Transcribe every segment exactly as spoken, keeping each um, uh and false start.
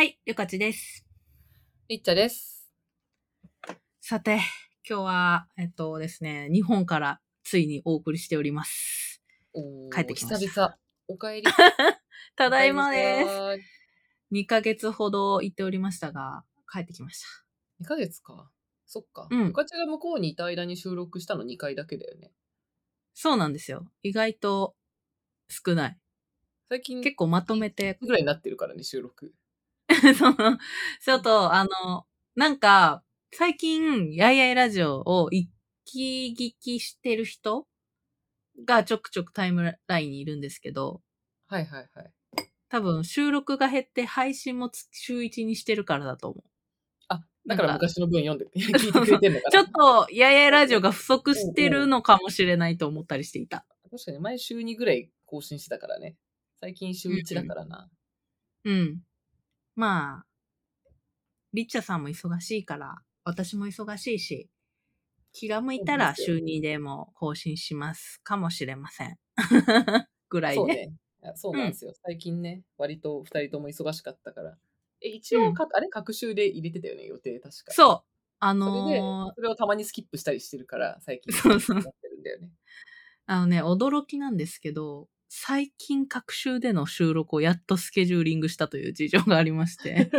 はい、りょかちです。 りっちゃです。 さて、今日は、えっとですね、日本からついにお送りしております。帰っおー、 てきました。 久々。おかえり。 ただいおかえりなさまです。 ーい。 にかげつほど行っておりましたが、帰ってきました。 にかげつか。そっか。 うん。 よかちが向こうにいた間に収録したのにかいだけだよね。 そうなんですよ。意外と少ない。 最近、 結構まと月めて、 ぐらいになってるからね、収録。 その、ちょっと、あの、なんか、最近、やいやいラジオを一気聞きしてる人がちょくちょくタイムラインにいるんですけど、 はいはいはい。 多分収録が減って配信も週一にしてるからだと思う。 あ、だからなんか、 昔の分読んで、聞いてくれてんのかな。 ちょっと、ややラジオなるほどね。 が不足しておうおう。 るのかもしれないと思ったりしていた。 確かに前週にぐらい更新してたからね。最近週いちだうん。 からな。 うん。まあ、リッチャさんも忙しいから、私も忙しいし、気が向いた本当ですよ。 ら週にでも更新しますかもしれません。ぐらいで。 そうね。いやそううん。 なんですよ。最近ね、割とふたりとも忙しかったから。え、一うん。 応か、あれ、隔週で入れてたよね、予定、確か。 そう。あそれで、 のそれをたまにスキップしたりしてるから、最ー、 近そうそう。 週いちになってるんだよね。 あのね、驚きなんですけど、最近各週での収録をやっとスケジューリングしたという事情がありまして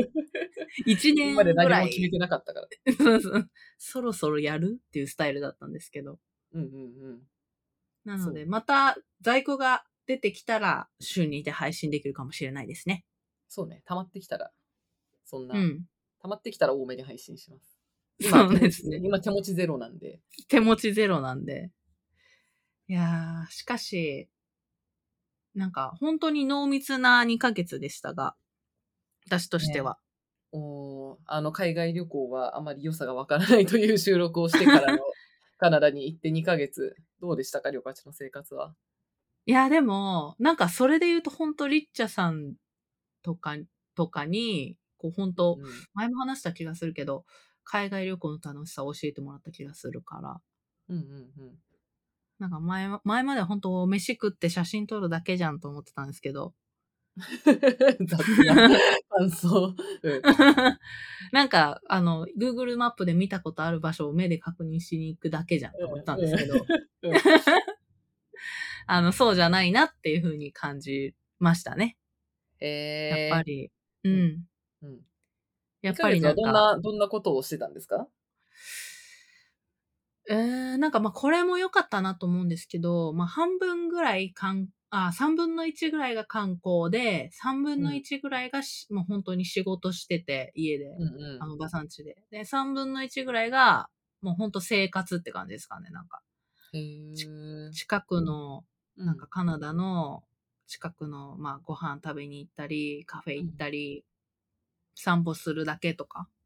、1 今まで年ぐらい、 何も決めてなかったから。 そうそう、そろそろやるっていうスタイルだったんですけど。 うんうんうん。 なので、 そう。 また在庫が出てきたら、週にで配信できるかもしれないですね。 そうね。溜まってきたら、そんな、 うん。 溜まってきたら多めに配信します。今、 そう手持ち、 ですね。 今手持ちゼロなんで。 手持ちゼロなんで。いやー、しかし、なんか本当に濃密なにかげつでしたが、私としてね。 は。 おー、あの、海外旅行はあまり良さがわからないという収録をしてからのカナダに行ってにかげつ、どうでしたか、りょかちの生活は。 いや、でも、なんかそれで言うと本当リッチャさんとかとかに、こう本当うんうん。 前も話した気がするけど、海外旅行の楽しさを教えてもらった気がするから、 うんうんうん。 なんか前ま前までは本当飯食って写真撮るだけじゃんと思ってたんですけど、 雑な感想。うん。 なんか、あの、Google マップで見たことある場所を目で確認しに行くだけじゃんと思ったんうんうん。 ですけど、 うん。 あの、そうじゃないなっていう風に感じましたね。 へやっぱえ。 り。ううん。 ん。 うん。2 やっぱヶ月はりなんか、 どんなどんなことをしてたんですか？ えー、なんかまあこれも良かったなと思うんですけど、まあ半分ぐらいかん、あ、さんぶんのいちぐらいが観光で、さんぶんのうん。 いちぐらいがしもう本当に仕事してて、家で、 うんうん。 あの、馬産地で。で、さんぶんのいちぐらいが、もう本当生活って感じですかね、なんか。 へちえ。 近くの、なんかうん。 カナダの近くの、まあご飯食べに行ったり、カフェ行っうん。 たり、散歩するだけとか。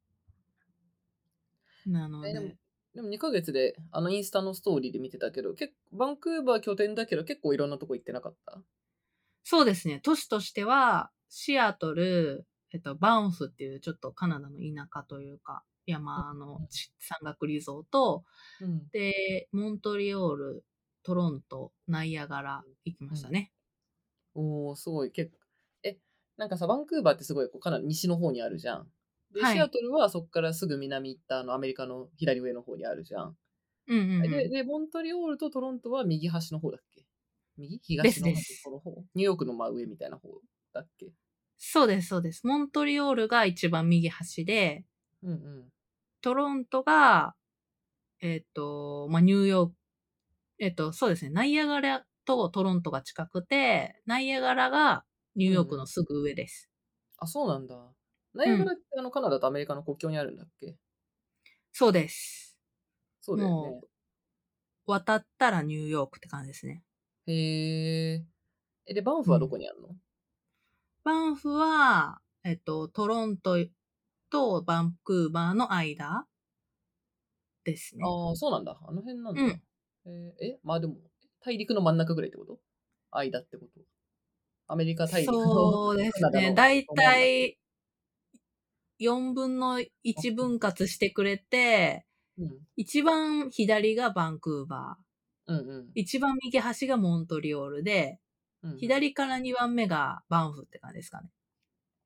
なのえ、でもで、 でもにかげつで、あの、インスタのストーリーで見てたけど、けバンクーバー拠点だけど、結構いろんなとこ行ってなかった？ そうですね。都市としては、シアトル、えっと、バンフっていうちょっとカナダの田舎というか、山のち山岳リゾート、 うん。 で、モントリオール、トロント、ナイアガラ行きまうん。 したね。 おお、すごい、けえ、なんかさ、バンクーバーってすごい、こう、かなり西の方にあるじゃん。で、 はい。 シアトルはそっからすぐ南行った、あの、アメリカの左上の方にあるじゃん。 うんうんうで、 ん。 で、モントリオールとトロントは右端の方だっけ？右？ です東の端っこです。 の方？ニューヨークの真上みたいな方だっけ？ そうですそうです。モントリオールが一番右端で、 うんうん。 トロントが、えっと、まあ、ニューヨーク、えっと、そうですね、ナイアガラとトロントが近くて、ナイアガラがニューうんヨークうん。 のすぐ上です。 あ、そうなんだ。ナイうん。 アガラって、あの、カナダとアメリカの国境にあるんだっけ？ そうです。 そうだよね。 もう、渡ったらニューヨークって感じですね。 へえ。え、で、バンフはどうん。 こにあるの？ バンフは、えっと、トロントとバンクーバーの間ですね。 ああ、そうなんだ。あの辺なんだ。 うん。 えーえ、まあ、でも、大陸の真ん中ぐらいってこと？間ってこと？アメリカ大陸のそうでカすね。 ナダのだいど真ん中。 たいよんぶんのいち分割してくれて、 うん。 一番左がバンクーバー、 うんうん。 一番右端がモントリオールで、 うんうん。 左からにばんめがバンフって感じですかね。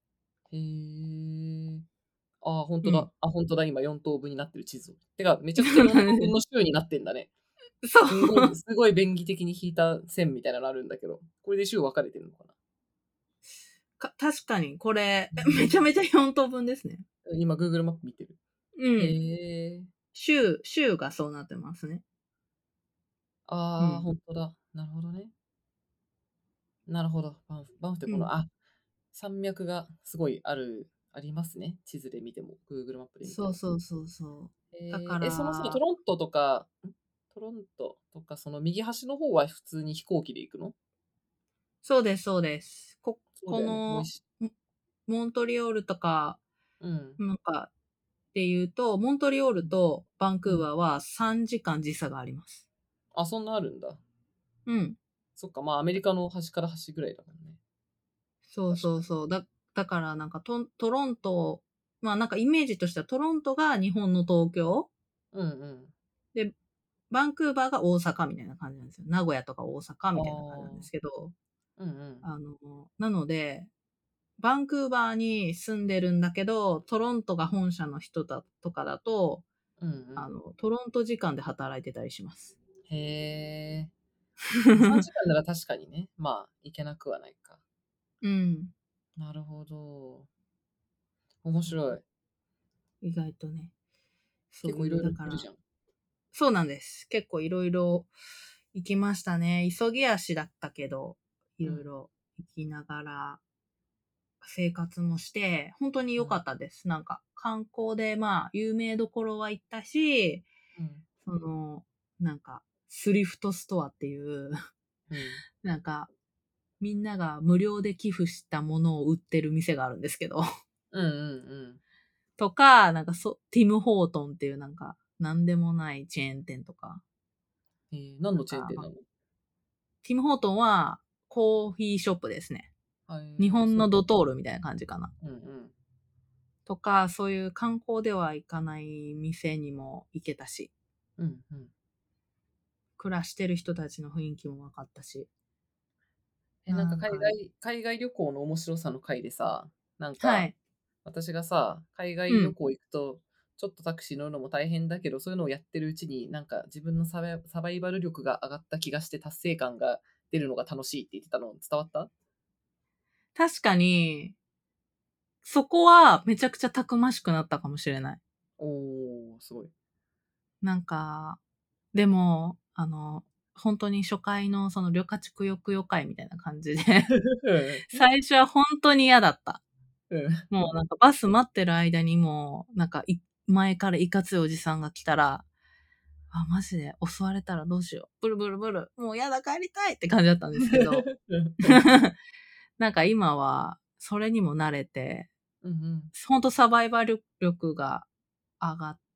へえ。ああ、ほんとうん。 だ。あ、ほんとだ、今よん等分になってる地図。てか、めちゃくちゃよん等分の州になってんだね。 そう。 すんごいすごい便宜的に引いた線みたいなのあるんだけど、これで州分かれてるのかな？ か確かにこれ、え、めちゃうーん。 めちゃよん等分ですね。 うん、今 Google マップ見てる。 うん。 へえ。 州州がそうなってますね。うああ、 ん。 ほんとだ。なるほどね。なるほど。バンフバンフってうん。 この、あ、山脈がすごいあるありますね、地図で見ても、Google マップで見ても。 そうそうそうそう。だかええ、え、そのさ、トらロントとかん？トロントとかその右端の方は普通に飛行機で行くの？ そうですそうです。ここそうだよね、遠いの、 し。 ん、モントリオールとか、 うん。 なんかっていうと、モントリオーうん。 ルとバンクうん。 ーバーはさんじかん時差があります。 あ、そんなあるんだ。 うん。 そっか、まあ、アメリカの端から端ぐらいだもんね。 そう確かに。 そうそう。だだからなんかトントロント、まあ、なんかイメージとしてはトロントが日本の東京うんうん。 で、バンクーバーが大阪みたいな感じなんですよ。名古屋とか大阪あみたいな感じなんであ。 すけど、 うんうん。 あの、なので、バンクーバーに住んでるんだけど、トロントが本社の人だとかだと、 うんうん。 あの、トロント時間で働いてたりします。 へえ。に、さんじかんなら確かにね、まあ、行けなくはないか。 うん。 なるほど。面そう。 白い。 意外とね、そういう、 結構いろいろだから、 行ってるじゃん。 そうなんです。結構いろいろ行きましたね。急ぎ足だったけど、いうん。 ろいろ行きながら生活もして、本当に良かうん。 ったです。なんか、観光で、まあ、有名どころは行ったし、 うん。 その、なんか、スリフトストアっていう、 うん。 なんか、みんなが無料で寄付したものを売ってる店があるんですけど、 うんうんうん。 とか、なんかそ、ティム・ホートンっていうなんか、なんでもないチェーン店とか、 ええ、何のチェーンなんか、まあ、 店なの？ ティム・ホートンはコーヒーショップですね。 あ、 日ええ、そう。 本のドトールみたいな感じかな。 うんうん。 とか、そういう観光では行かない店にも行けたし、 うんうん。 暮らしてる人たちの雰囲気も分かったし、 え、なんかなんか、 海外海外旅行の面白さの回でさ、なんか、 はい。 私がさ、海うん。 外旅行行くと、ちょっとタクシー乗るのも大変だけど、そういうのをやってるうちに、なんか自分のサバイサバイバル力が上がった気がして達成感が出るのが楽しいって言ってたの伝わった？ 確かに、そこはめちゃくちゃたくましくなったかもしれない。 おお、すごい。 なんか、でも、あの、本当に初回のその旅客くよくよ会みたいな感じで、 うん。 最初は本当に嫌だった。 うん。 もうなんかバス待ってる間にもう、なんかい前からいかついおじさんが来たら、あ、マジで襲われたらどうしよう。ブルブルブル、もうやだ帰りたいって感じだったんですけど、 うんうん。 なんか今はそれにも慣れて、 うんうん。 ほんとサバイバル力が上がった？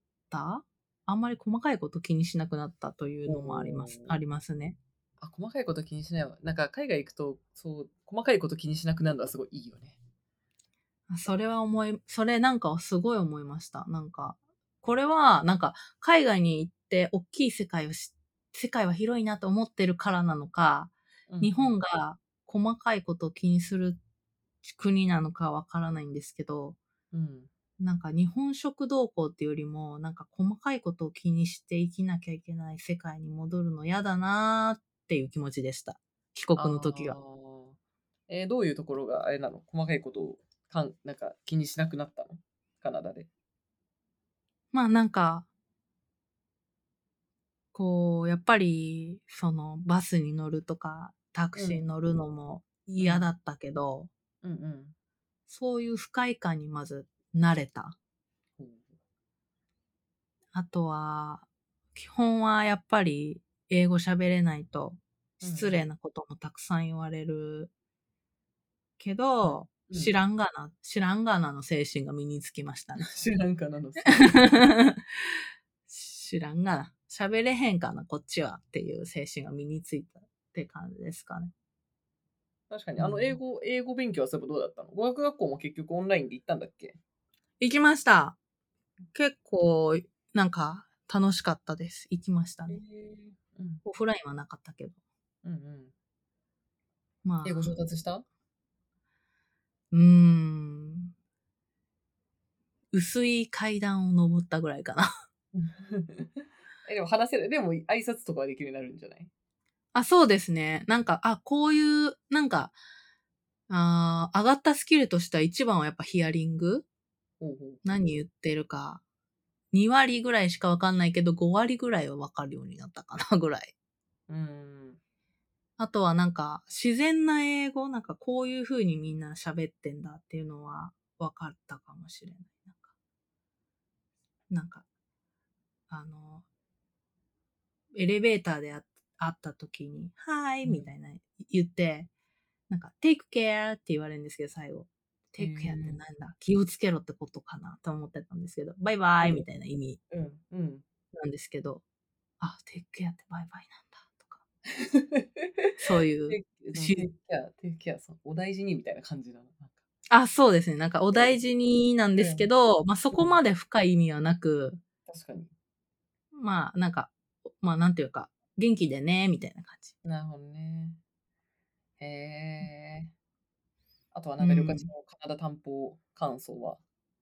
あんまり細かいこと気にしなくなったというおのもありますあお。 りますね。 あ、細かいこと気にしないわ。なんか海外行くと、そう、細かいこと気にしなくなるのはすごいいいよね。 それは思いそれなんかすごい思いました。なんか、これはなんか海外に行って大きい世界をし世界は広いなと思ってるからなのか、日うんうん。 本が細かいことを気にする国なのかわからないんですけど、 うん。 なんか日本食動向っていうよりも、なんか細かいことを気にして生きなきゃいけない世界に戻るの嫌だなーっていう気持ちでした。帰国のあ時が。 あ。えーどういうところがあれなの？細かいことをかんなんか気にしなくなったの？カナダで。 まあなんか、こう、やっぱり、そのバスに乗るとか、タクうん、 シーに乗るのもうん、 嫌だったけど、 うんうん。 そういう不快感にまず慣れた。 ほう。 あとは、基本はやっぱり英語喋れないとうんうん。 失礼なこともたくさん言われるけうん、 ど、知うん。 らんがな、知らんがなの精神が身につきましたね。 知らんかなの精神。 知らんがな。喋れへんかな、こっちはっていう精神が身についたって感じですかね。 確かに、あの英うん。 語英語勉強はそういえばどうだったの？語学学校も結局オンラインで行ったんだっけ？ 行きました。結構、なんか、楽しかったです。行きましたへね。 え。うん、 オフラインはなかったけど。 うんうん。 ま英語上あ、 達した？ うーん。 薄い階段を登ったぐらいかな。 え、でも話せる。でも挨拶とかはできるようになるんじゃない？ あ、そうですね。なんか、あ、こういう、なんか、あー上がったスキルとしては一番はやっぱヒアリングほうほうほう。 何言ってるか。に割ぐらいしかわかんないけど、ご割ぐらいはわかるようになったかなぐらい。 うーん。 あとはなんか、自然な英語、なんかこういう風にみんな喋ってんだっていうのは分かったかもしれない。なんか、なんかあの、エレベーターであ会った時に、はーいうん。 みたいな言って、なんか、take care って言われるんですけど、最後。 へ take care ってえ。 なんだ気をつけろってことかなと思ってたんですけど、バイバイそうだよ。 みたいな意味うん、うん。 なんですけど、あ、take care ってバイバイなんだとか、そういう、 テイそのテイしクケアテイクケア、そう、お大事にみたいな感じだな、なんか。 あ、そうですね。なんかお大事になんですうん、 けど、ま、そこうん、 まで深い意味はなく、 確かに。 まあ、なんか、まあ、なんていうか、元気でねみたいな感じ。 なるほどね。へえ。あとはなんか、りょかちうん。 のカナダ担保感想は？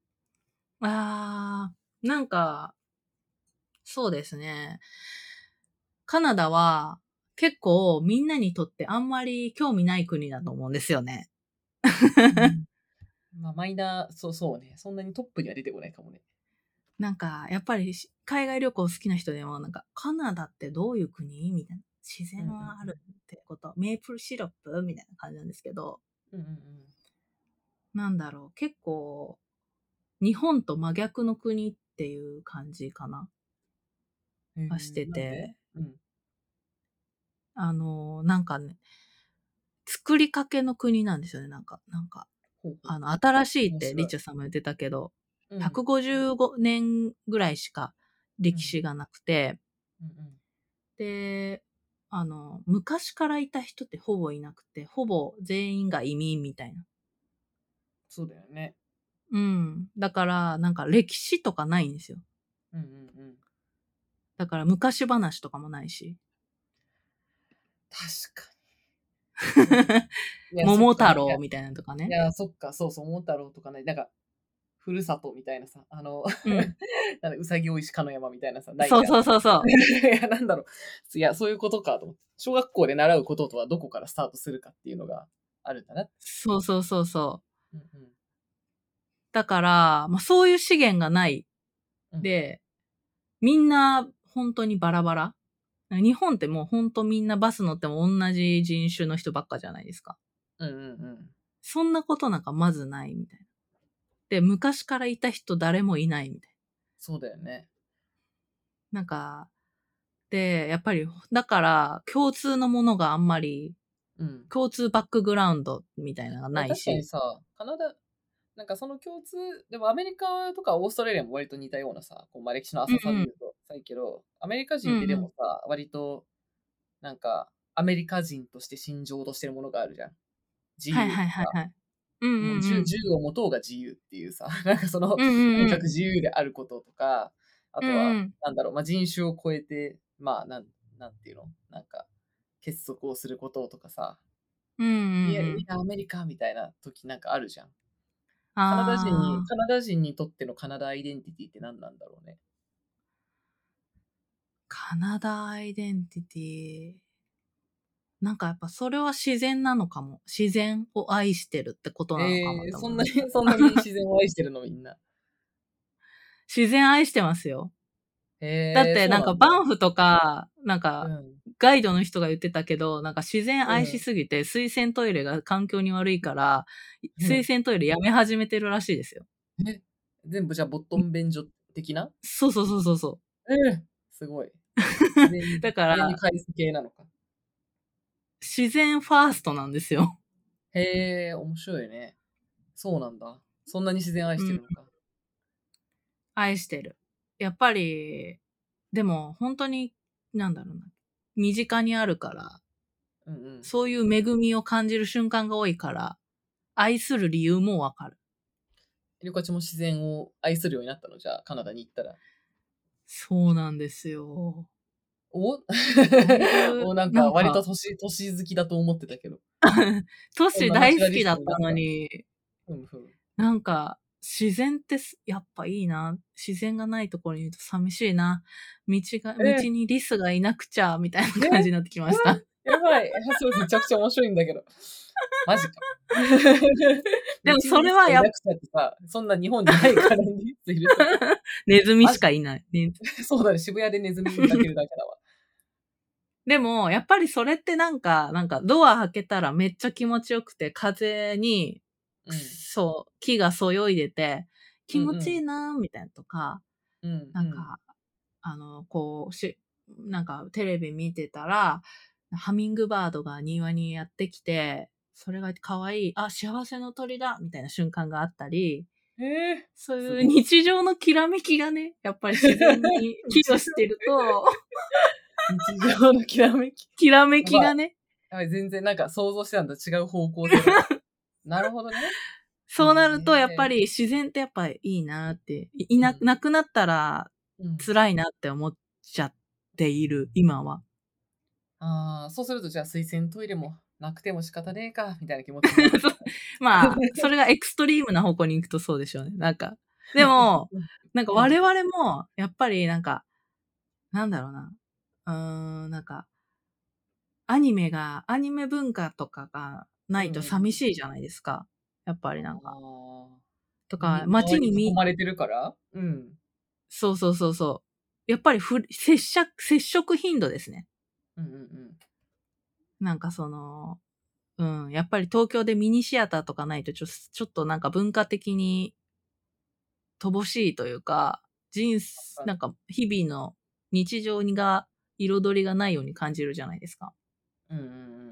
ああ、なんか、そうですね。カナダは、結構みんなにとってあんまり興味ない国だと思うんですよね。 うん。ま、マイナーそうそうね、そんなにトップには出てこないかもね。 なんか、やっぱりし海外旅行好きな人でも、なんか、カナダってどういう国みたいな。自うんうんう然はあるん。 ってこと、メープルシロップみたいな感じなんですけど、 うんうんうん。 なんだろう、結構、日本と真逆の国っていう感じかなへえ、 はしてなんで？ て、 うん。 あの、なんかね、作りかけの国なんですよね、なんか。なんか、 ほうほう。 あの、新しいってリ面白い。 チャさんも言ってたけど、 うん。 ひゃくごじゅうごねんぐらいしかうん。 歴史がなくて、 うんうん。 で、あの、昔からいた人ってほぼいなくて、ほぼ全員が移民みたいな。 そうだよね。 うん。だから、なんか歴史とかないんですよ。 うんうんうん。 だから昔話とかもないし。 確かに。そうだ。いや、そっか、 桃太ま、いや郎みたいなのとかね。 いや、そっか、そうそう、桃太郎とかね、なんか、ふるさとみたいなさ、あの、 うん。 なんだ、うさぎ追いし鹿の山みたいなさ、ないじゃん。 そうそうそうそう。 いや、なんだろう。いや、そういうことかと思って。小学校で習うこととはどこからスタートするかっていうのがあるんだな。 そうそうそうそう。 うんうん。 だから、まあ、そういう資源がない。 うん。 で、みんな本当にバラバラ。日本ってもう本当みんなバス乗っても同じ人種の人ばっかじゃないですか。 うんうんうん。 そんなことなんかまずないみたいな。で、昔からいた人誰もいないみたいそうだよね。 な。なんか、で、やっぱり、だから共通のものがあんまり、 うん。 共通バックグラウンドみたいなのがまあ、確かにないし。 さ、カナダなんかその共通でもアメリカとかオーストラリアも割と似たようなさ、こう、ま、歴史の浅さうんうん。 で言うと、さいけど、アメリカ人ってうんうん。 でもさ、割となんか、アメリカ人として信条としてるものがあるじゃん。自はい由とか、 はいはいはい。うんもううんうん。 銃銃を持とうが自由っていうさ、なんかその、 うんうとにかくんうん。 自由であることとか、あうんとは、 うん。 なんだろう、ま、人種を超えて、まあ、なんなんていうの、なんか、結束をすることとかさ、 うんうんいや、 うん。 いや、アメリカみたいな時なんかあるじゃん。カナダ人にああ。 カナダ人にとってのカナダアイデンティティって何なんだろうね。 カナダアイデンティティ。なんかやっぱそれは自然なのかも。自然を愛してるってことなのかもっええ、 てそんなに思いました。 そんなに自然を愛してるの、みんな。 自然愛してますよ。だっへえ、 てなんかそうなんだ。 バンフとか、なんかうん。 ガイドの人が言ってたけど、なんか自然愛しうん。 すぎて水洗トイレが環境に悪いから、水うん。 洗トイレやめ始めてるらしいですよ。 え、全部じゃあボットン便所的な？ そうそうそうそうそう。 ええ、すごい。自然にだから自然に返す系なのか。 自然ファーストなんですよ。 へえ、面白いね。そうなんだ。そんなに自然愛うん、 してるのか。 愛してる。やっぱり、でも本当に、なんだろうな、身近にあるから、 うんうん。 そういう恵みを感じる瞬間が多いから、愛する理由もわかる。 りょかちも自然を愛するようになったの？じゃあ、カナダに行ったら。 そうなんですよ。 お？ だいぶ、 お、なんか割となんか、 都市都市好きだと思ってたけど。 都市そんなナチュラ大好きリストになった？ だったのに、 ふんふん。 なんか、 自然ってすやっぱいいな。自然がないところにいると寂しいな。道が道えにリスがいなくちゃみたいえ、 な感じになってきまうわ、 した。 やばい。あ、そう、めちゃくちゃ面白いんだけど。マジか。道でもそにリスがれはやっいなくちゃってさ、そんな日本にないからね、リスいるとこ。 ネズミマジしかいない。ね。 そうだね、渋谷でネズミ見かけるだけだわ。 でも、やっぱりそれってなんかなんかドア開けたらめっちゃ気持ちよくて、風に、くうん。 そう、木がそよいでて、気持ちいうんうん。 いなみたいなとか、 うんうん。 なんか、あの、こう、しなんかテレビ見てたら、ハミングバードが庭にやってきて、それが可愛い、あ、幸せの鳥だみたいな瞬間があったり、 へえ、 そういうすごい。 日常のきらめきがね、やっぱり自然に寄与日常してると、 日常のきらめき。 きらめやばい。 きがね、 やばい、全然なんか想像してたんと違う方向性だった。なるほどね。へそうなるとやっぱえ。 り自然ってやっぱいいなって、いいなうん。 なくなったらうん。 辛いなって思っちゃっている、今は。 ああ、そうするとじゃあ水洗トイレもなくても仕方ねえか、みたいな気持ちになるのかな。 まあ、それがエクストリームな方向に行くとそうでしょうね。なんか、でも、 うん。 なんかうん。 我々もやっぱりなんか、なんだろうな、うーん、なんか、アニメがアニメ文化とかがなうんいとうん。 寂しいじゃないですか。やっぱりなんか。 ああ。 とか、 み周りに囲街にみまれてるから？うん。 そうそうそうそう。やっぱりふ接触接触頻度ですね。 うんうんうん。 なんかその、うん、やっぱり東京でミニシアターとかないとちょちょっとなんか文化的に乏しいというか、人生なんか日々の日常が彩りがないように感じるじゃないですか。 うんうんうん。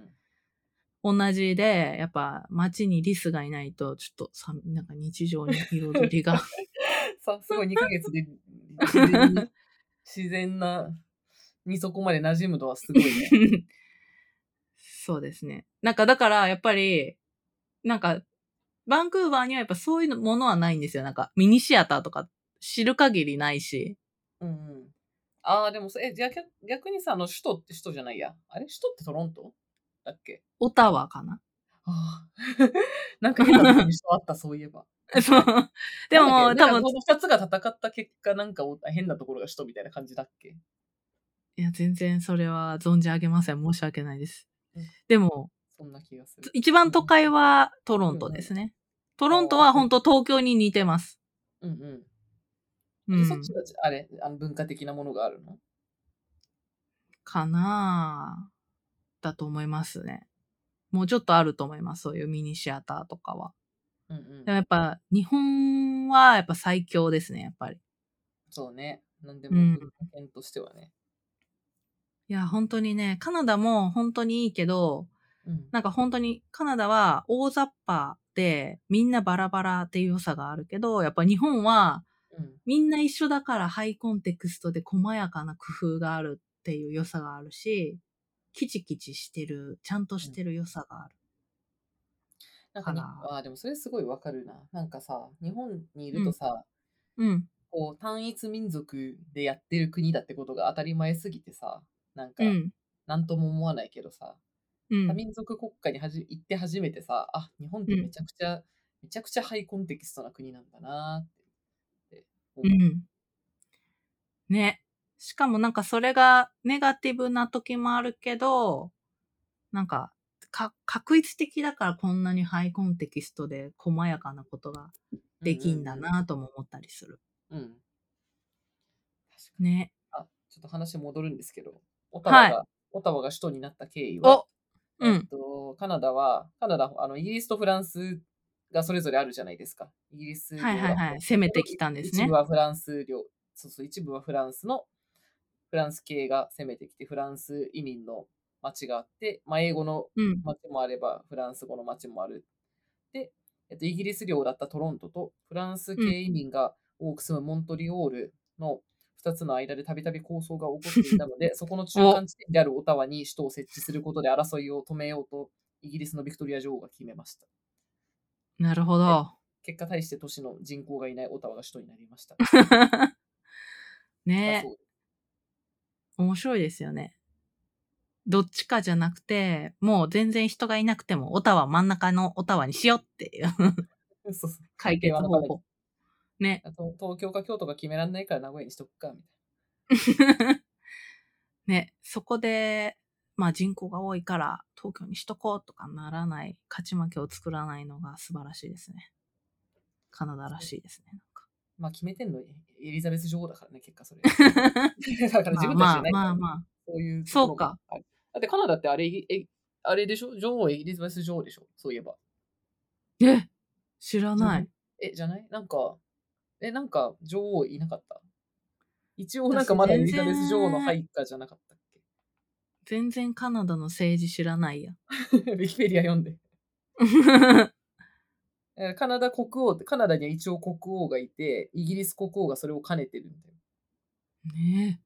同じで、やっぱ街にリスがいないと、ちょっとさなんか日常に彩りが。 さすごいにかげつで自然に自然なにそこまで馴染むのはすごいね。 そうですね。なんかだからやっぱり、なんかバンクーバーにはやっぱそういうのものはないんですよ。なんかミニシアターとか知る限りないし、 うんうん。ああ、でも、そえ、じゃ、逆逆にさ、あの、首都って首都じゃないや。あれ、首都ってトロントだっけ？ オタワかな。 ああ。なんか変なとこに首都あった、そういえば。確そう。 かに。 でなんだっけ、 も多分、 なんかそのふたつが戦った結果、なんかお変なところが首都みたいな感じだっけ？ いや、全然それは存じ上げません。申し訳ないです。 うん、 でも、 そんな気がする。 一番都会はトロンうんうん。 トですね。トロントああ、そう。 はほんと東京に似てます。 うんうん。じゃ、そっちうん。 が、じあれ、あの、文化的なものがあるの？ かなあ。だと思いますね。もうちょっとあると思います。そういうミニシアターとかは。 うんうん。 でもやっぱ、日本はやっぱ最強ですね、やっぱり。 そうね。なんでうん。 も文化圏としてはね。 いや、ほんとにね、カナダもほんとにいいけど、 うん。 なんかほんとにカナダは大雑把で、みんなバラバラっていう良さがあるけど、やっぱ日本はうん。 みんな一緒だからハイコンテクストで細やかな工夫があるっていう良さがあるし、キチキチしてる、ちゃんとうん。 してる良さがあるなんかにから。 ああ、でもそれすごいわかるな。なんかさ、日本にいうん、 るとさ、 うん、 こう、単一民族でやってる国だってことが当たり前すぎてさ、なんか、 うん、 なんとも思わないけどさ、多うん、 民族国家にはじ行って初めてさ、あ、日本ってめうん、 ちゃくちゃめちゃくちゃハイコンテキストな国なんだなって思う。 うん。ね。しかもなんかそれがネガティブな時もあるけど、なんか、か画一的だからこんなにハイコンテキストで細やかなことがうんできんうんうん。 だなとも思ったりする。 うん。確かに。 ね。 あ、ちょっと話戻るんですけど、オタワはい。 がオタワが首都になった経緯は、 お、うえっん。 と、カナダは、カナダ、あの、イギリスとフランスがそれぞれあるじゃないですか。イギリス領だはいはいはい。攻めけど、 てきたんでいすね。 一部はフランス領、そうそう、一部はフランスの、フランス系が攻めてきて、フランス移民の町があって、まあ、英語のうん、 町もあれば、フランス語の町もある。で、えっと、イギリス領だったトロントと、フランスうん。 系移民が多く住むモントリオールのふたつの間でたびたび抗争が起こっていたので、そこの中お、 間地点であるオタワに首都を設置することで争いを止めようと、イギリスのビクトリア女王が決めました。 なるほで、 ど。 結果、大して都市の人口がいないオタワが首都になりました。だね、 そうです。 面白いですよね。どっちかじゃなくて、もう全然人がいなくても、オタワ真ん中のオタワにしようっていうそうそう。 解平和のために。 決方法。 ね。 あと東京か京都か決めらんないから名古屋にしとくか、みたいな。 ね、そこで、まあ人口が多いから東京にしとこうとかならない、勝ち負けを作らないのが素晴らしいですね。カナダらしいですね。なんかまあ決めてんのエリザベス女王だからね、結果それ。だから自分たちじゃないから、 まあまあまあ。 そういうところもそうか。 ある。だってカナダってあれ、え、あれでしょ女王エリザベス女王でしょそういえば。 え、知らじゃないない。 え、じゃないなんか、え、なんか女王いなかった一応なんか私全まだエリザベス女王の然、 配下じゃなかったっ全然カナダの政治知らないや。 けウィキペディア読んで。えカナダ国王って、カナダには一応国王がいて、イギリス国王がそれを兼ねてるんだよ。 ねえ。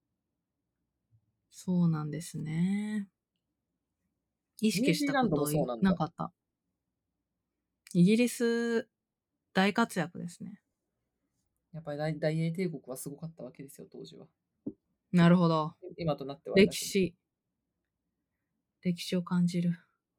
そうなんですね。意ニュー識したジーランドもこといそうなんだ。 なかった。イギリス、大活躍ですね。 やっぱり大大英帝国はすごかったわけですよ、当時は。 なるほど。 今となってはあれだけど。 歴史、歴史を感じる。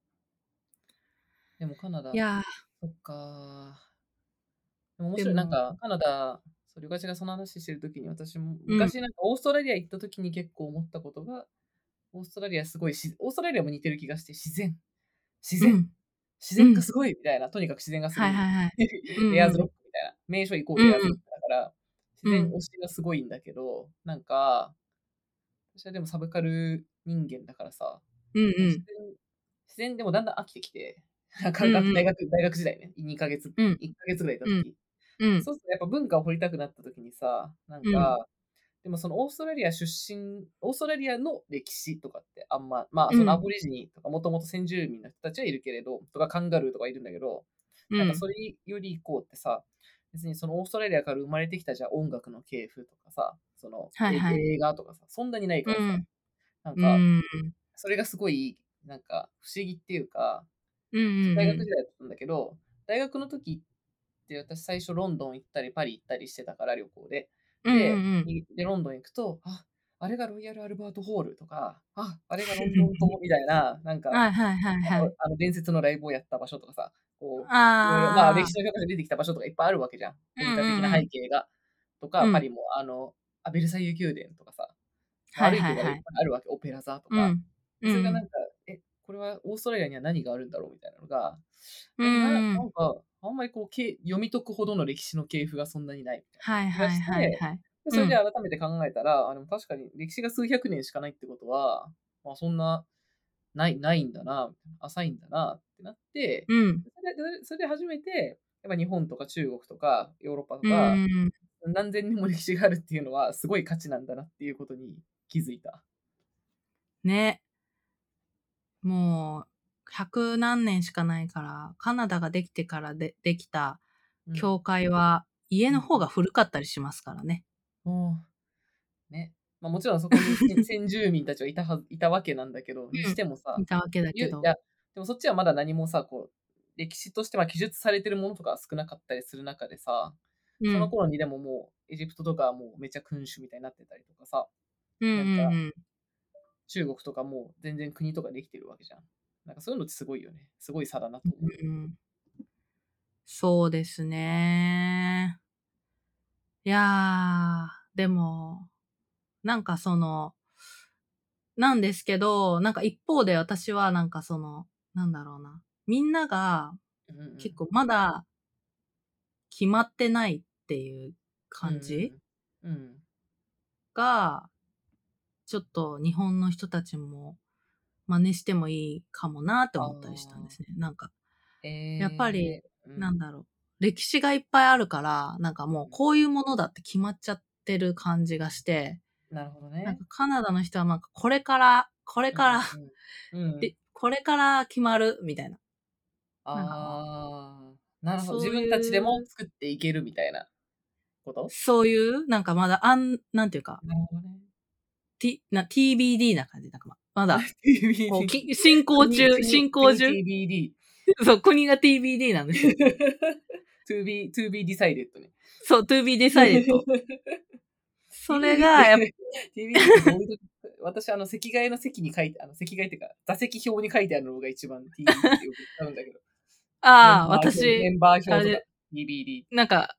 でもカナダ、 いやそっか。でも面ー、で白い。なんも、 か、カナダ、そう、りょかちがその話してるときに、私も、 うん、 昔なんかオーストラリア行ったときに結構思ったことが、オーストラリアすごいし、オーストラリアも似てる気がして、自然。自然。 うん、 自うん。 然がすごいみたいな。とにかく自然がすごい。 はいはいはい。うんエアーズロッうん。 クみたいな。名所イコーうんうん。 ルエアーズロックだから、自うん。 然推しがすごいんだけど、なんか、私はでもサブカル人間だからさ、 うんうん。 もう自然、自然でもだんだん飽きてきて、なんかうんうん。 学大学、大学時代ね、にかげつ、 うん。 いっかげつぐらいいたうん。 とき。 うん。 そうするとやっぱ文化を掘りたくなったときにさ、なんうん。 か、でもそのオーストラリア出身、オーストラリアの歴史とかってあんま、まあうん。 そのアボリジニとかもともと先住民の人たちはいるけれど、とかカンガルーとかいるんだけど、 うん。 なんかそれより以降ってさ、別にそのオーストラリアから生まれてきたじゃあ音楽の系譜とかさ、そのえはいはい。 映画とかさ、そんなにないからさ、 うん。 なんうか、 ーん。 それがすごい、なんか不思議っていうか、 うんうん大うん。 学時代だったんだけど、大学の時って私最初ロンドン行ったりパリ行ったりしてたから旅行で。 うんうんで、 うん。 いでロンドン行くと、あ、あれがロイヤルアルバートホールとか、あ、あれがロンドン塔みたいな、なんか、 はいはいはいあの、 はい。 あの伝説のライブをやった場所とかさ、こう、いろいろ、まあああ。 歴史の教科書に出てきた場所とかいっぱいあるわけじゃん。 うん文化的なうんうん。 背景が。とか、 うん。 パリもあの、あ、ベルサイユ宮殿とかさ、まあ、 はい歩いてればいっはいはい。 ぱいあるわけ、オペラ座とか。 うん。 で、 うんうん。 それがなんか、え、これはオーストラリアには何があるんだろうみたいなのが、 うえ、ななーん。 んか、あんまりこう、け読み解くほどの歴史の系譜がそんなにないみたいな気がはいはいして、 はいはい。 で、それでうん。 改めて考えたら、あ、でも確かに歴史が数百年しかないってことは、まあ、そんな、ないないんだな、みたいな浅いんだなってなって、 うん。 それでそれで初めて、やっぱ日本とか中国とかヨーロッパとうか、 ーん。 何千年も歴史があるっていうのはすごい価値なんだなっていうことに気づいた。 ね。もう、百何年しかないから、カナダができてからでできたうん。 教会は、家うんうん。 の方が古かったりしますからね。 もう、ね。まあ、もちろんそこにせ先住民たちはいたはいたわけなんだけど、にうん。 してもさ、 いたわけだけど。 ゆいや、でもそっちはまだ何もさ、こう、歴史として、ま、記述されてるものとかは少なかったりする中でさ、そのうん。 頃にでももうエジプトとかはもうめちゃ君主みたいになってたりとかさ、 うんなんかうんうん。 中国とかもう全然国とかできてるわけじゃん。なんかそういうのってすごいよね。すごい差だなと思う。 うん。そうですね。いや、でも、なんかその、なんですけど、なんか一方で私はなんかその、なんだろうな、みんながうんうん。 結構まだ決まってないっていううん感じうん。うん。 が、ちょっと日本の人たちも真似してもいいかもなってあ思ったりしたんですね。なんか、 あ、 やっぱり、 ええ、うん。 なんだろう、歴史がいっぱいあるから、なんかもうこういうものだって決まっちゃってる感じがして、 なるほどね。 なんかカナダの人はなんかこれから、これうんから、 うんうん。うで、 ん。 これから決まるみたいな。なんかもああ、なう、 るほど。自そう分たちでもいう、 作っていけるみたいなこと？ そういう、なんかまだあんなんていうか、 なるほどね。 ティな ティービーディー な感じ、なんかままだ、こう、 ティービーディー。 き進行国中国国進行中ティービーディー。 そう、国が ティービーディー なんですよ。 to be to be decided ね。 そう、to be decided。それティービーディー っが、やって ティービーディー ってどういう時私、あの、席替えの席に書いてあの、席替えっていうか、座席表に書いてあるのが一番 ティービーディー ってよく使うんだけど。メンああ、 バー表メ私、 ンバー表とかあれで、 ティービーディー。 なんか、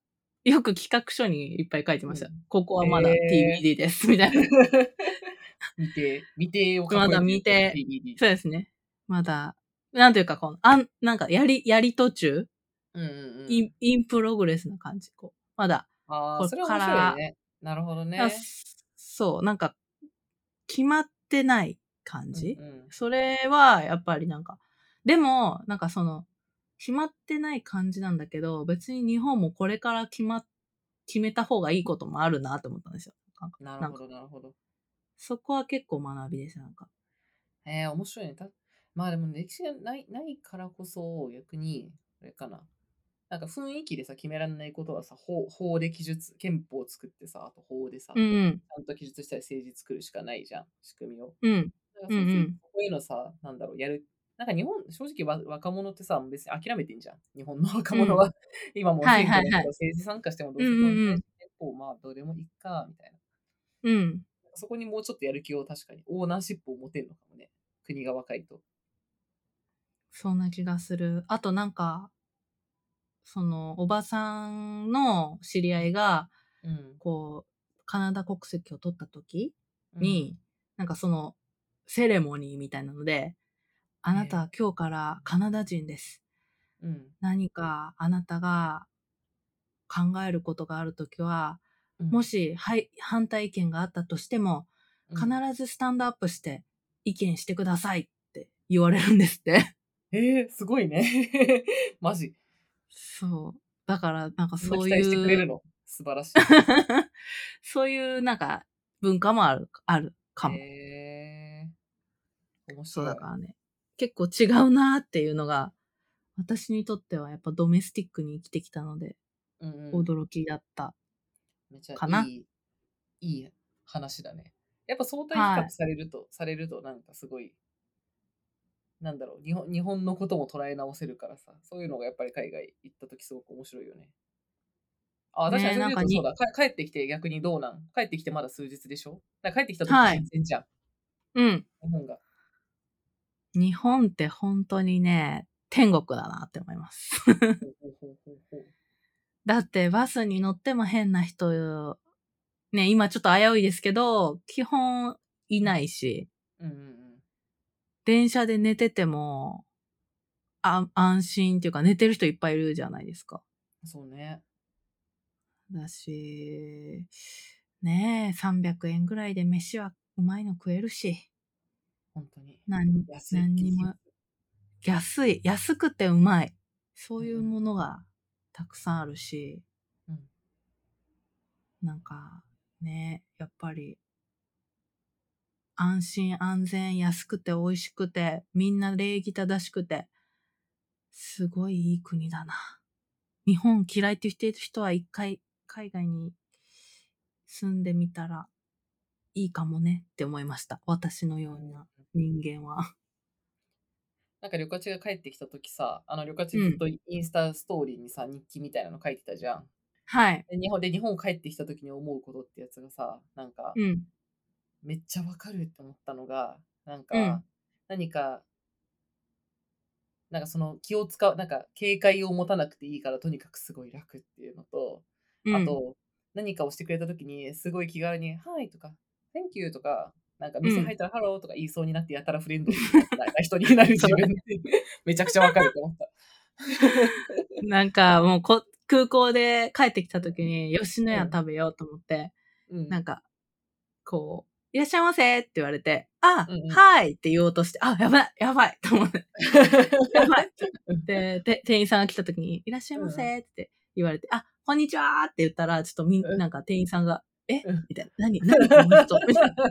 よく企画書にいっぱい書いてました。 うん、 ここはまだ ティービーディー です。みたいな。 未定、未定をまだ囲えてるから未定。 ティービーディーそうですね。まだ、なんというかこの、あん、なんかやり、やり途中、 うんうんうイン、 ん。 インプログレスな感じ。こうまだ、 ああ、 こっそれ面から、 白いね。なるほどあね。 そう、なんか、決まってない感うんじ。 うん。 それは、やっぱりなんか、でも、なんかその、決まってない感じなんだけど、別に日本もこれから決ま、決めた方がいいこともあるなって思ったんですよ。なんか、なんかなるほど、なるほど。 そこは結構学びでした、なんか。 ええ、面白いね。たまあでも歴史がないないからこそ、逆に、あれかな。なんか雰囲気でさ、決められないことはさ、法法で記述、憲法を作ってさ、あと法でさ、 うんうん。 ちゃんと記述したり政治作るしかないじゃん、仕組みを。 うん。 だからうんうそうすると、 ん。 こういうのさ、なんだろう、やる。なんか日本、正直わ若者ってさ、別に諦めてんじゃん。日本の若うん。 者は。今もうはい選挙だけはいはい。 ど政治参加してもどうんうせ投票うんうん。 し憲法、まあどうでもいいか、みたいな。 うん。 そこにもうちょっとやる気を確かに、オーナーシップを持てるのかもね。国が若いと。 そんな気がする。あとなんか、その、おばさんの知り合いが、 うん。 こう、カナダ国籍を取った時うん。 に、なんかその、セレモニーみたいなので、あなたえは今日からカナダ人です。 ー、うん。 何かあなたが考えることがあるときは、 うん。 もし、はい、反対意見があったとしても、必うん。 ずスタンドアップして意見してくださいって言われるんですって。 えー、すごいね。マジ。 そう。だから、なんかそうそんな期待してくれいう、 るの素晴らしい。 そういうなんか文化もある、あるかも。 えー、面そうだ白い。 からね。結構違うなっていうのが、私にとってはやっぱドメスティックに生きてきたので、 うんうん。 驚きだっためちゃかな。 いい、いい話だね。やっぱ相対比較はい。 されると、されるとなんかすごい、なんだろう、日本日本のことも捉え直せるからさ、そういうのがやっぱり海外行った時すごく面白いよね。あ、確かにねえ、 それでなんかに、 言うとそうだ、か帰ってきて逆にどうなん？帰ってきてまだ数日でしょ？だから帰ってきた時はい。 新鮮じゃん、 うん。 日本が。 日本って本当にね、天国だなって思います。 ほうほうほうほうほう。 だってバスに乗っても変な人、ね、今ちょっと危ういですけど、基本いないし、 うんうんうん。 電車で寝てても、あ、安心っていうか寝てる人いっぱいいるじゃないですか。 そうね。 だし、ねえ、さんびゃくえんぐらいで飯はうまいの食えるし、 本当に。 なん、 安い、 何にも、 激安。 安い、安くてうまい。そういううんうん。 ものがたくさんあるし、 うん。 なんか、ね、やっぱり、安心安全、安くて美味しくて、みんな礼儀正しくて、すごいいい国だな。日本嫌いって言っている人は一回海外に住んでみたらいいかもねって思いました。私のよううん。 な人間は。 なんか、旅客が帰ってきた時さ、あの、旅客うん。 ずっとインスタストーリーにさ、日記みたいなの書いてたじゃん。 はい。 で、日本で日本帰ってきた時に思うことってやつがさ、なんか、 うん。 めっちゃわかるって思ったのが、なんか、 うん。 何か、なんかその気を使う、なんか警戒を持たなくていいからとにかくすごい楽っていうのと、 うん。 あと、何かをしてくれた時にすごい気軽に、はいとか、Thank you とか、なんかうん。 店入ったらハローとか言いそうになってやたらフレンドリーななな人になるそれ、 自分ってめちゃくちゃわかると思った。 なんかもうこ空港で帰ってきた時うんに吉野うん。 家食べようと思って、 うん。 なんかこう、いらっしゃいませって言われて、あ、 うんうん。 はいって言おうとして、あ、やばい、やばいと思って、やばいってうん。 で、て店員さんが来た時に、いらっしゃいまうんうん。 せって言われて、あ、こんにちはって言ったら、ちょっとみん、 うん。 なんか店員さんが、えうん。 みたいな。何何この人みたいな。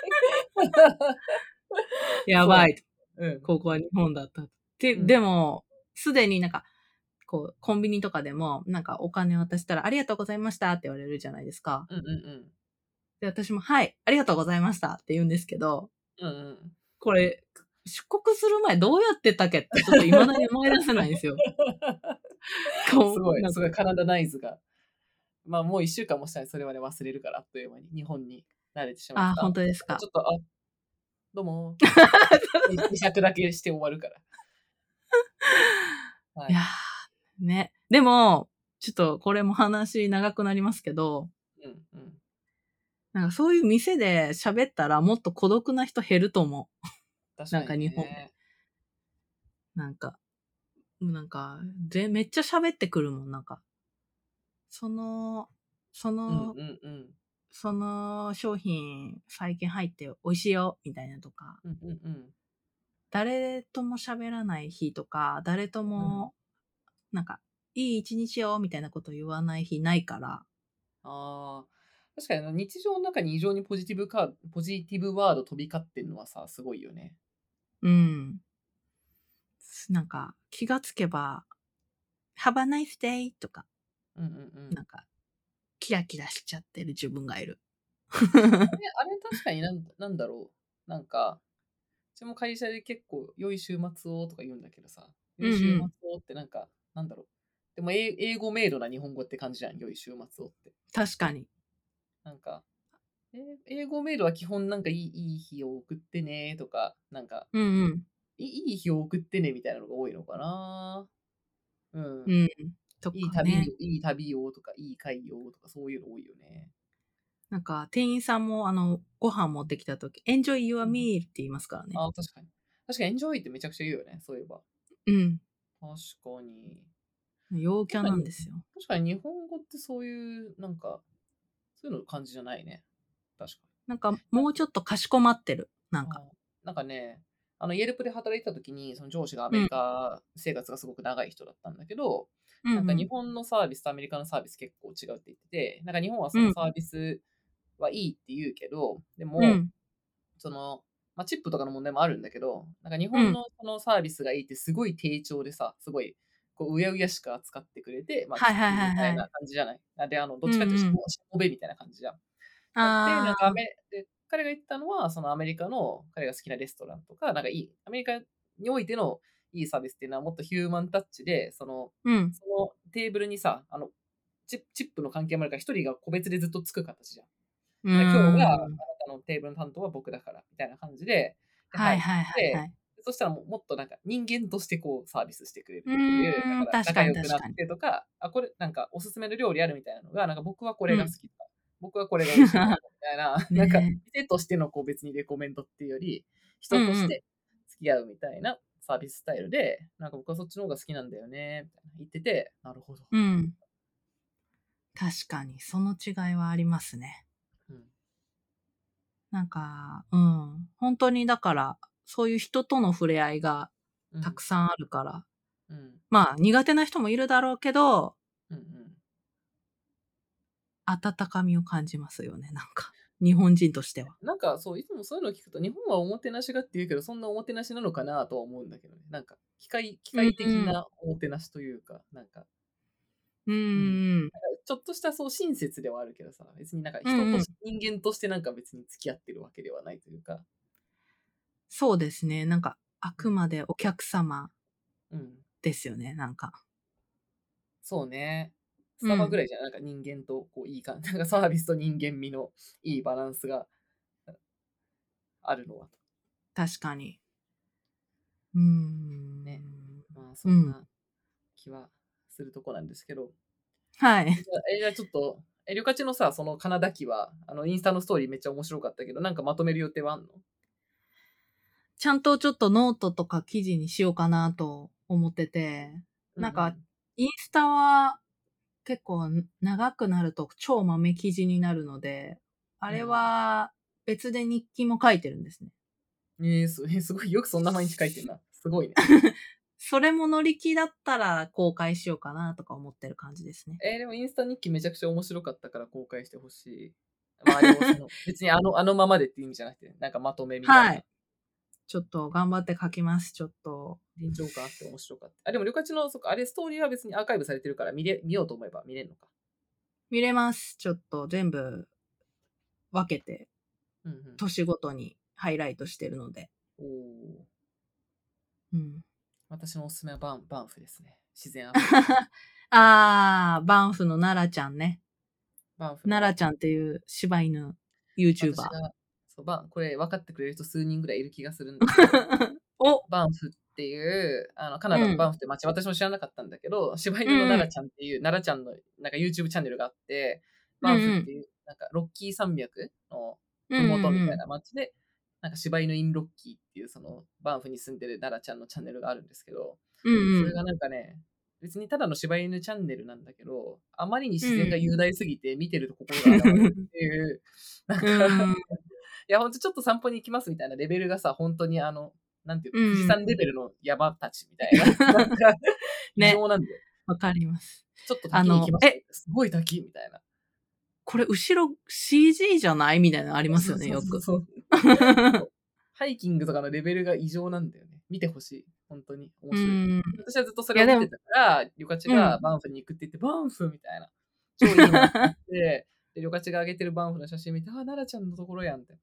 やそう。 ばい。 うん。 ここは日本だった。で、 うん。 でも、すでになんか、こう、コンビニとかでも、なんかお金渡したら、ありがとうございましたって言われるじゃないですか。 うんうんうん。 で、私も、はい、ありがとうございましたって言うんですけど、 うんうん。 これ、出国する前どうやってたっけってちょっと未だに思い出せないんですよ。こう、 すごい、 なんか、 すごいカナダナイズが。まあ、もういっしゅうかんもしたらそれはね、忘れるから、あっという間に日本に慣れてしまっあ、本た。 当ですか。 ちょっと、あ、どうもって言って、会釈だけして終わるから。はいやい。 ー、ね。でも、 ちょっとこれも話長くなりますけど、 うんうん。 なんかそういう店で喋ったらもっと孤独な人減ると思う。 確かになんか日本で。 ね。 なんか、なんか、で、めっちゃ喋ってくるもん、なんか。その、そうんの、 うんうん。 その商品最近入って美味しいよ、みたいなとか。 うんうんうん。 誰とも喋らない日とか、誰とうん。 も、なんか、いい一日よ、みたいなこと言わない日ないから。 ああ、確かにあの日常の中に異常にポジティブカポジティブワード飛び交ってんのはさ、すごいよね。 うん。なんか、気がつけば、Have a nice day とか、 うんうんうん。 なんか、キラキラしちゃってる自分がいる。 あれ、あれ確かになんなんだろう。なんか、うちも会社で結構、良い週末をとか言うんだけどさ、良い週末うんうん。 をってなんか、なんだろう。でも、英英語メイドな日本語って感じじゃん、良い週末をって。 確かに。 なんか、え英語メイドは基本なんかいいいい日を送ってねとか、なんか、 うんうん。 いいい日を送ってねみたいなのが多いのかな。うん。 うん。といいかね。 旅よ、いい旅よとか、いい会よとか、そういうの多いよね。 なんか、店員さんも、あの、ご飯持ってきたとき、Enjoy your うん。 meal って言いますからね。 ああ、確かに。確かにエンジョイってめちゃくちゃ言うよね、そういえば。 うん。 確かに。 陽キャ確かに、 なんですよ。 確かに日本語ってそういう、なんか、そういうの感じじゃないね。確かなんか、 に。 もうちょっとかしこまってる。なんか。 ああ、なんかね、あの、イェルプで働いてた時に、その上司がアメリうん。 カ生活がすごく長い人だったんだけど、なんか日うんうん。 本のサービスとアメリカのサービス結構違うって言ってて、なんか日本はそうん。 のサービスはいいって言うけど、でも、 うん。 その、まあ、チップとかの問題もあるんだけど、なんか日うん。 本のそのサービスがいいってすごい低調でさ、すごい、こう、うやうやしく扱ってくれて、まあ、チッはいはいプみたいなはいはい。 感じじゃない。あ、で、あの、どっちかっていうとしうんうん。 もしもべみたいな感じじゃん。だって、なんかアああ。 メで、彼が言ったのは、そのアメリカの彼が好きなレストランとか、なんかいい、アメリカにおいてのいいサービスっていうのはもっとヒューマンタッチで、その、 うん。 そのテーブルにさ、あの、チッチップの関係もあるから、一人が個別でずっとつく形じゃん。 うーだから今日はあなん。 たのテーブルの担当は僕だから、みたいな感じで、で、入っはいはいはいはて、 い。 そしたらももっとなんか人間としてこうサービスしてくれるうっていう、だーん、 から確かに仲良くなっ確かに。 てとか、あ、これなんかおすすめの料理あるみたいなのが、なんか僕はこうん。 れが好きだ。僕はこれが美味しいと思うみたいな、なんかねえ。 店としてのこう別にレコメンドっていうより、 うんうん。 人として付き合うみたいなサービススタイルで、なんか僕はそっちの方が好きなんだよね、みたいな言ってて、なるほど。 うん。確かに、その違いはありますね。 うん。 なんか、うん。本当にだから、そういう人との触れ合いがうん。 たくさんあるから、 うん。 まあ、苦手な人もいるだろうけど、 うんうん。 温かみを感じますよね、なんか。日本人としては。 なんか、そう、いつもそういうのを聞くと、日本はおもてなしがって言うけど、そんなおもてなしなのかなとは思うんだけどね。なんか、機械機うん械的うん。 なおもてなしというか、なんか、 うんうん。なんかうん。 ちょっとしたそう親切ではあるけどさ、別になんかうんうん。 人とし人間としてなんか別に付き合ってるわけではないというか。 そうですね。なんか、あうん。 くまでお客様うん。 ですよね、なんか。 そうね。スうん。 タバぐらいじゃん、なんか人間とこういい感じ、なんかサービスと人間味のいいバランスがあるのはと。 確かに。うーね。 ん。 まあそうん。 んな気はするとこなんですけど。 はい。 え、じゃあ、え、じゃあちょっと、え、りょかちのさ、そのカナダ期は、あの、インスタのストーリーめっちゃ面白かったけど、なんかまとめる予定はあんの？ ちゃんとちょっとノートとか記事にしようかなと思ってて、なんか、 うんうん。 インスタは結構長くなると超豆記事になるので、あれうん。 は別で日記も書いてるんですね。 ええ、すえ、すごい、よくそんな毎日書いてんな。すごいね。 それも乗り気だったら公開しようかなとか思ってる感じですね。 えーでもインスタ日記めちゃくちゃ面白かったから公開してほしい。まあ、でもその、別にあのあのままでっていう意味じゃなくて、なんかまとめみたいな、 はい。ちょっと頑張って書きます、ちょっと。 臨場感あって面白かった。あ、でもりょかちの、そっか、あれストーリーは別にアーカイブされてるから見れ見ようと思えば見れるのか。 見れます。ちょっと全部分けて、 うんうん。 年ごとにハイライトしてるので。 おお。 うん。 私のおすすめはバンバンフですね。自然あふれる。 あー、バンフの奈良ちゃんね。 バンフの奈良ちゃんっていう柴犬 YouTuber。 私が、そう、バンこれ分かってくれる人数人ぐらいいる気がするんですけど、 お、 バンフっていう、あの、カナダのバうん。 ンフって街、私も知らなかったんだけど、柴犬のうんうん。 奈々ちゃんっていう、奈々ちゃんのなんか YouTube チャンネルがあって、バンうんうん。 フっていう、なんかロッキー山脈のうんふもとみたいうんうん。 な街で、なんか柴犬インロッキーっていうそのバンフに住んでる奈々ちゃんのチャンネルがあるんですけど、 うんうん。 それがなんかね、別にただの柴犬チャンネルなんだけど、あまりにうん。 自然が雄大すぎて見てると心が洗われるっていう、なんうか、 ーん。 いやほんとちょっと散歩に行きますみたいなレベルがさ、ほんとにあの、なんていうの、富士うん。 山レベルの山たちみたいな、なんか異ね、 常なんだよ。 わかります。 ちょっとあの、 滝に行きました。 えすごい滝みたいな。 これ後ろ シージー じゃない？みたいなのありますよね、 そうそうよく。 そうそう。そう。ハイキングとかのレベルが異常なんだよね。見てほしい。ほんとに面う白い。 ーん。い私はずっとそれやでもを見てたから、リョカチうん。 がバンフに行くって言って、バンフみたいな。超いいなって思って、で、リョカチが上げてるバンフの写真見て、あ、奈々ちゃんのところやんって思って、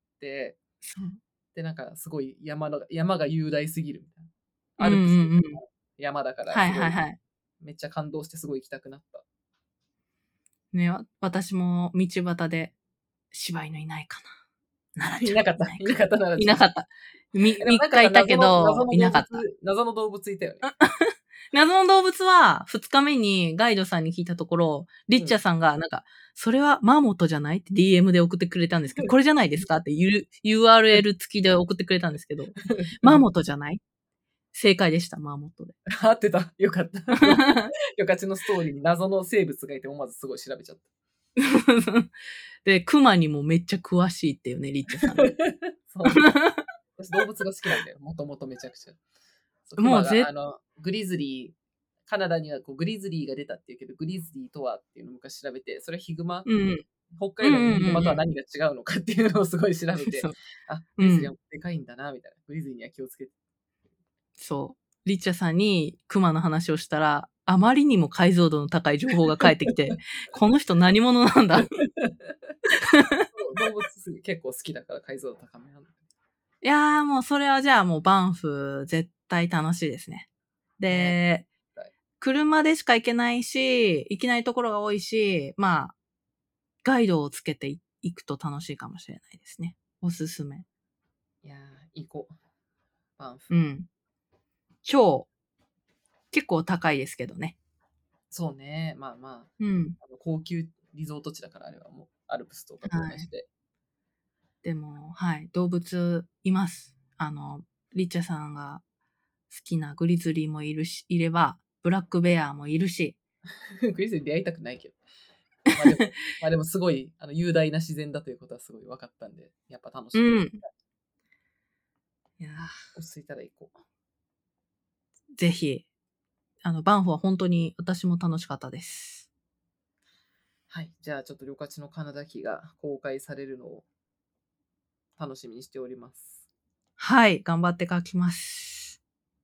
そう。 で、なんかすごい山の山が雄大すぎるみたいな。 うんアルプスうんうん。 の山だからはいすごい、 はいはい。 めっちゃ感動してすごい行きたくなった。 ね、わ私も道端で、柴犬いないかな、奈々ちゃんいなかった。 いないかいなかった、奈々ちゃん。 いなかった。みえ、でもなんかさ、 みっかいたけ謎の謎ど、 の動物いなかった。 謎の動物いたよね。 謎の動物は、ふつかめにガイドさんに聞いたところ、リッチャうん。 さんがなんか、それはマーモットじゃない？って ディーエム で送ってくれたんですけど、これじゃないですか？ってユユーアールエル 付きで送ってくれたんですけど、マーモットじゃない？正解でした、マーモットで。 合ってた。よかった。ヨカチのストーリーに謎の生物がいて思わずすごい調べちゃった。 で、熊にもめっちゃ詳しいっていうね、リッチャさんが。 そう。私動物が好きなんだよ。もともとめちゃくちゃ。そう、熊が、あもうぜの、グリズリー、カナダにはこうグリズリーが出たっていうけど、グリズリーとはっていうのを昔調べて、それはヒグマうんうん。 北うん海道のヒグマうんうんうん。 とは何が違うのかっていうのをすごい調べて、 そう。 あ、グうん。 リズリーはでかいんだなみたいな。グリズリーには気をつけて。 そう。リッチャさんに熊の話をしたら、あまりにも解像度の高い情報が返ってきて、この人何者なんだ。 そう、動物結構好きだから解像度高めなんだ。 いや、もうそれはじゃあもうバンフ絶対楽しいですね。 ね。 で、 はい。 車でしか行けないし、行けないところが多いし、まあ、ガイドをつけて行くと楽しいかもしれないですね。おすすめ。 いやー、行こう。バンフ。 うん。超、結構高いですけどね。 そうね。まあまうん。 あ、あの高級リゾート地だからあれはもう、アルプスとかとはい。 同じで。 でも、はい、動物います。あの、リッチャさんが好きなグリズリーもいるし、いれば、ブラックベアもいるし。 グリズリー出会いたくないけど。まあでも、まあでもすごい、あの、雄大な自然だということはすごい分かったんで、やっぱ楽しみに。 うん。いや落ち着いたら行こう。 ぜひ、あの、バンフは本当に私も楽しかったです。 はい。じゃあちょっと旅客地のカナダ機が公開されるのを楽しみにしております。 はい、頑張って書きます。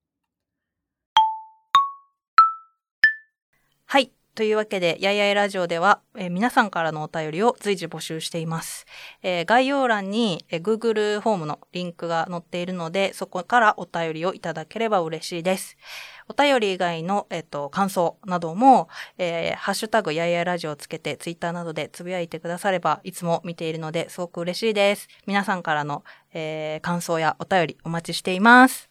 はい。というわけで、やいやいラジオでは、えー、皆さんからのお便りを随時募集しています。えー、概要欄に、えー、Google フォームのリンクが載っているので、そこからお便りをいただければ嬉しいです。お便り以外の、えっと、感想なども、えー、ハッシュタグやいやいラジオをつけて、ツイッターなどでつぶやいてくだされば、いつも見ているので、すごく嬉しいです。皆さんからの、えー、感想やお便りお待ちしています。